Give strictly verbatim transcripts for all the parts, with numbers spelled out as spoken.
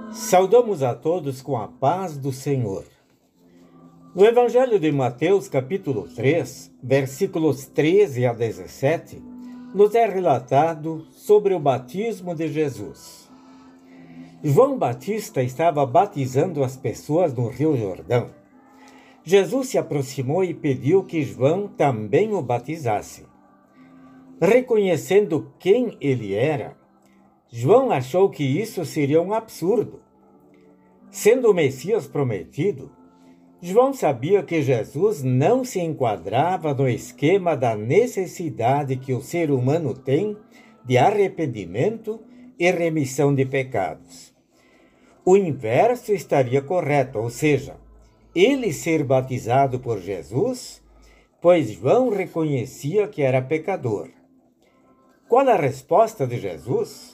Saudamos a todos com a paz do Senhor. No Evangelho de Mateus, capítulo três, versículos treze a dezessete, nos é relatado sobre o batismo de Jesus. João Batista estava batizando as pessoas no Rio Jordão. Jesus se aproximou e pediu que João também o batizasse. Reconhecendo quem ele era, João achou que isso seria um absurdo. Sendo o Messias prometido, João sabia que Jesus não se enquadrava no esquema da necessidade que o ser humano tem de arrependimento e remissão de pecados. O inverso estaria correto, ou seja, ele ser batizado por Jesus, pois João reconhecia que era pecador. Qual a resposta de Jesus?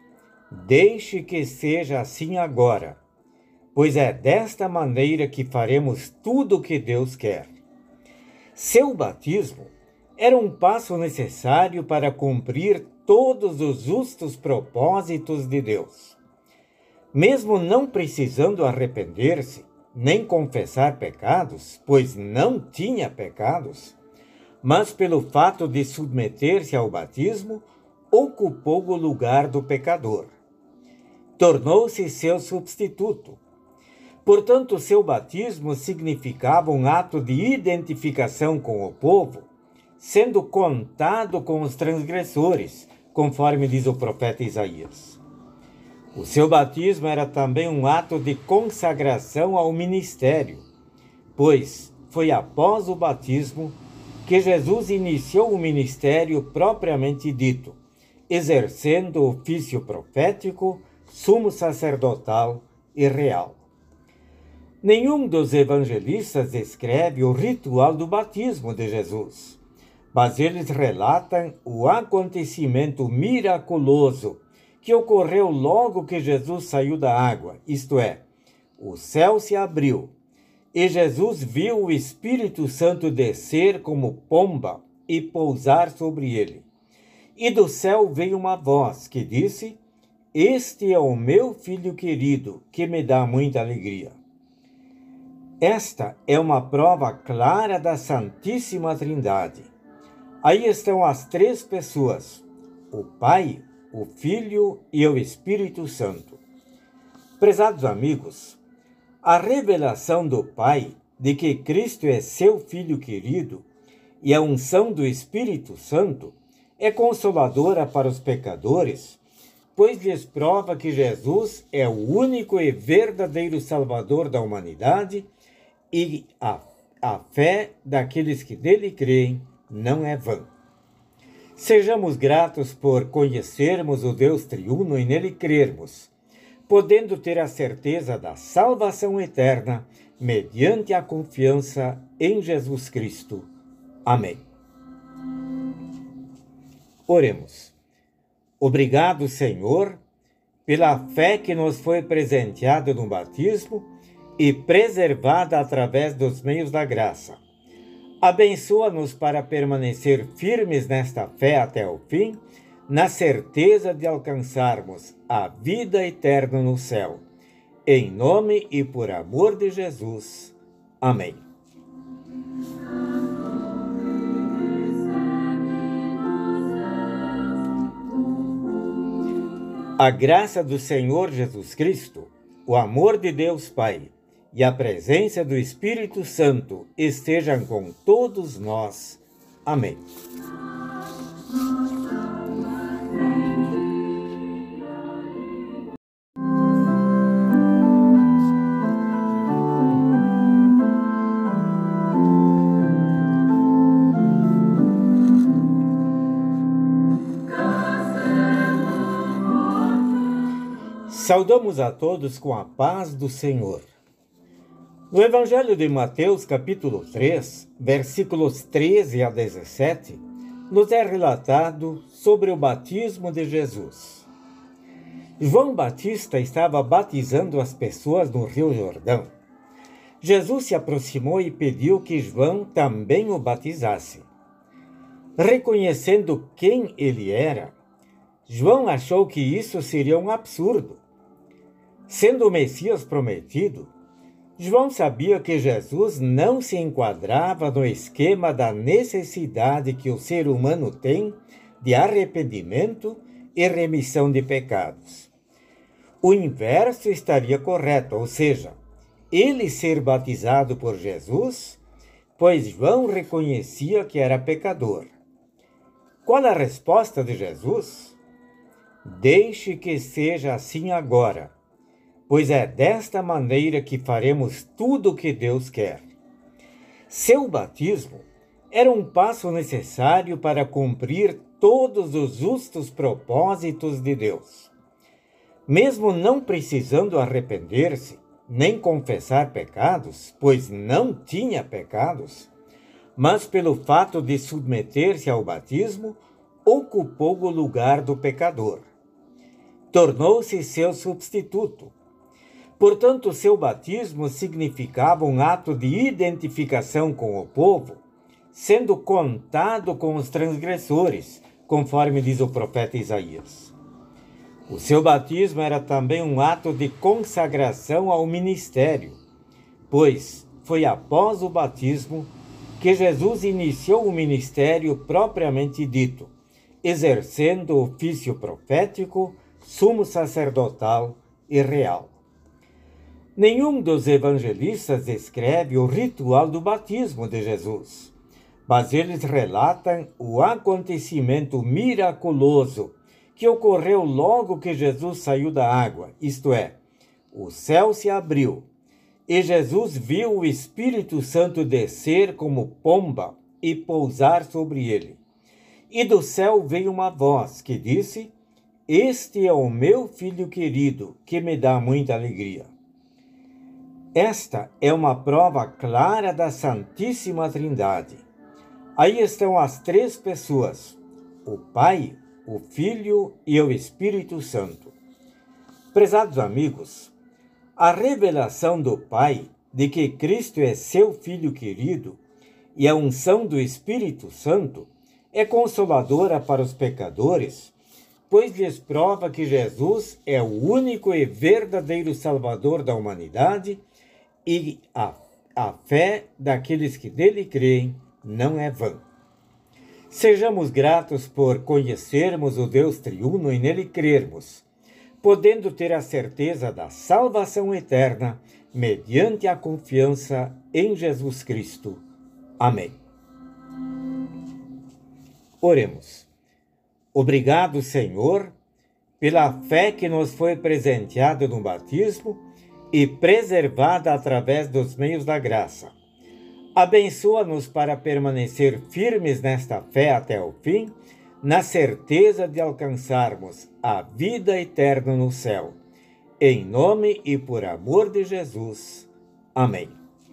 Deixe que seja assim agora, pois é desta maneira que faremos tudo o que Deus quer. Seu batismo era um passo necessário para cumprir todos os justos propósitos de Deus. Mesmo não precisando arrepender-se, nem confessar pecados, pois não tinha pecados, mas pelo fato de submeter-se ao batismo, ocupou o lugar do pecador. Tornou-se seu substituto. Portanto, seu batismo significava um ato de identificação com o povo, sendo contado com os transgressores, conforme diz o profeta Isaías. O seu batismo era também um ato de consagração ao ministério, pois foi após o batismo que Jesus iniciou o ministério propriamente dito, exercendo o ofício profético, sumo sacerdotal e real. Nenhum dos evangelistas descreve o ritual do batismo de Jesus, mas eles relatam o acontecimento miraculoso que ocorreu logo que Jesus saiu da água, isto é, o céu se abriu e Jesus viu o Espírito Santo descer como pomba e pousar sobre ele. E do céu veio uma voz que disse: "Este é o meu Filho querido, que me dá muita alegria." Esta é uma prova clara da Santíssima Trindade. Aí estão as três pessoas, o Pai, o Filho e o Espírito Santo. Prezados amigos, a revelação do Pai de que Cristo é seu Filho querido e a unção do Espírito Santo é consoladora para os pecadores, pois lhes prova que Jesus é o único e verdadeiro Salvador da humanidade e a, a fé daqueles que nele creem não é vã. Sejamos gratos por conhecermos o Deus triuno e nele crermos, podendo ter a certeza da salvação eterna mediante a confiança em Jesus Cristo. Amém. Oremos. Obrigado, Senhor, pela fé que nos foi presenteada no batismo e preservada através dos meios da graça. Abençoa-nos para permanecer firmes nesta fé até o fim, na certeza de alcançarmos a vida eterna no céu. Em nome e por amor de Jesus. Amém. A graça do Senhor Jesus Cristo, o amor de Deus Pai e a presença do Espírito Santo estejam com todos nós. Amém. Saudamos a todos com a paz do Senhor. No Evangelho de Mateus, capítulo três, versículos treze a dezessete, nos é relatado sobre o batismo de Jesus. João Batista estava batizando as pessoas no Rio Jordão. Jesus se aproximou e pediu que João também o batizasse. Reconhecendo quem ele era, João achou que isso seria um absurdo. Sendo o Messias prometido, João sabia que Jesus não se enquadrava no esquema da necessidade que o ser humano tem de arrependimento e remissão de pecados. O inverso estaria correto, ou seja, ele ser batizado por Jesus, pois João reconhecia que era pecador. Qual a resposta de Jesus? Deixe que seja assim agora, pois é desta maneira que faremos tudo o que Deus quer. Seu batismo era um passo necessário para cumprir todos os justos propósitos de Deus. Mesmo não precisando arrepender-se, nem confessar pecados, pois não tinha pecados, mas pelo fato de submeter-se ao batismo, ocupou o lugar do pecador. Tornou-se seu substituto. Portanto, seu batismo significava um ato de identificação com o povo, sendo contado com os transgressores, conforme diz o profeta Isaías. O seu batismo era também um ato de consagração ao ministério, pois foi após o batismo que Jesus iniciou o ministério propriamente dito, exercendo o ofício profético, sumo sacerdotal e real. Nenhum dos evangelistas descreve o ritual do batismo de Jesus, mas eles relatam o acontecimento miraculoso que ocorreu logo que Jesus saiu da água, isto é, o céu se abriu, e Jesus viu o Espírito Santo descer como pomba e pousar sobre ele. E do céu veio uma voz que disse: "Este é o meu Filho querido, que me dá muita alegria." Esta é uma prova clara da Santíssima Trindade. Aí estão as três pessoas, o Pai, o Filho e o Espírito Santo. Prezados amigos, a revelação do Pai de que Cristo é seu Filho querido e a unção do Espírito Santo é consoladora para os pecadores, pois lhes prova que Jesus é o único e verdadeiro Salvador da humanidade e a, a fé daqueles que nele creem não é vã. Sejamos gratos por conhecermos o Deus triuno e nele crermos, podendo ter a certeza da salvação eterna mediante a confiança em Jesus Cristo. Amém. Oremos. Obrigado, Senhor, pela fé que nos foi presenteada no batismo e preservada através dos meios da graça. Abençoa-nos para permanecer firmes nesta fé até o fim, na certeza de alcançarmos a vida eterna no céu. Em nome e por amor de Jesus. Amém.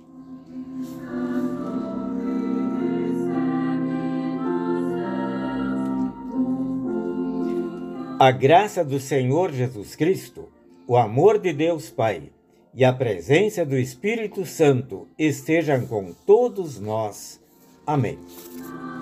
A graça do Senhor Jesus Cristo, o amor de Deus Pai e a presença do Espírito Santo estejam com todos nós. Amém.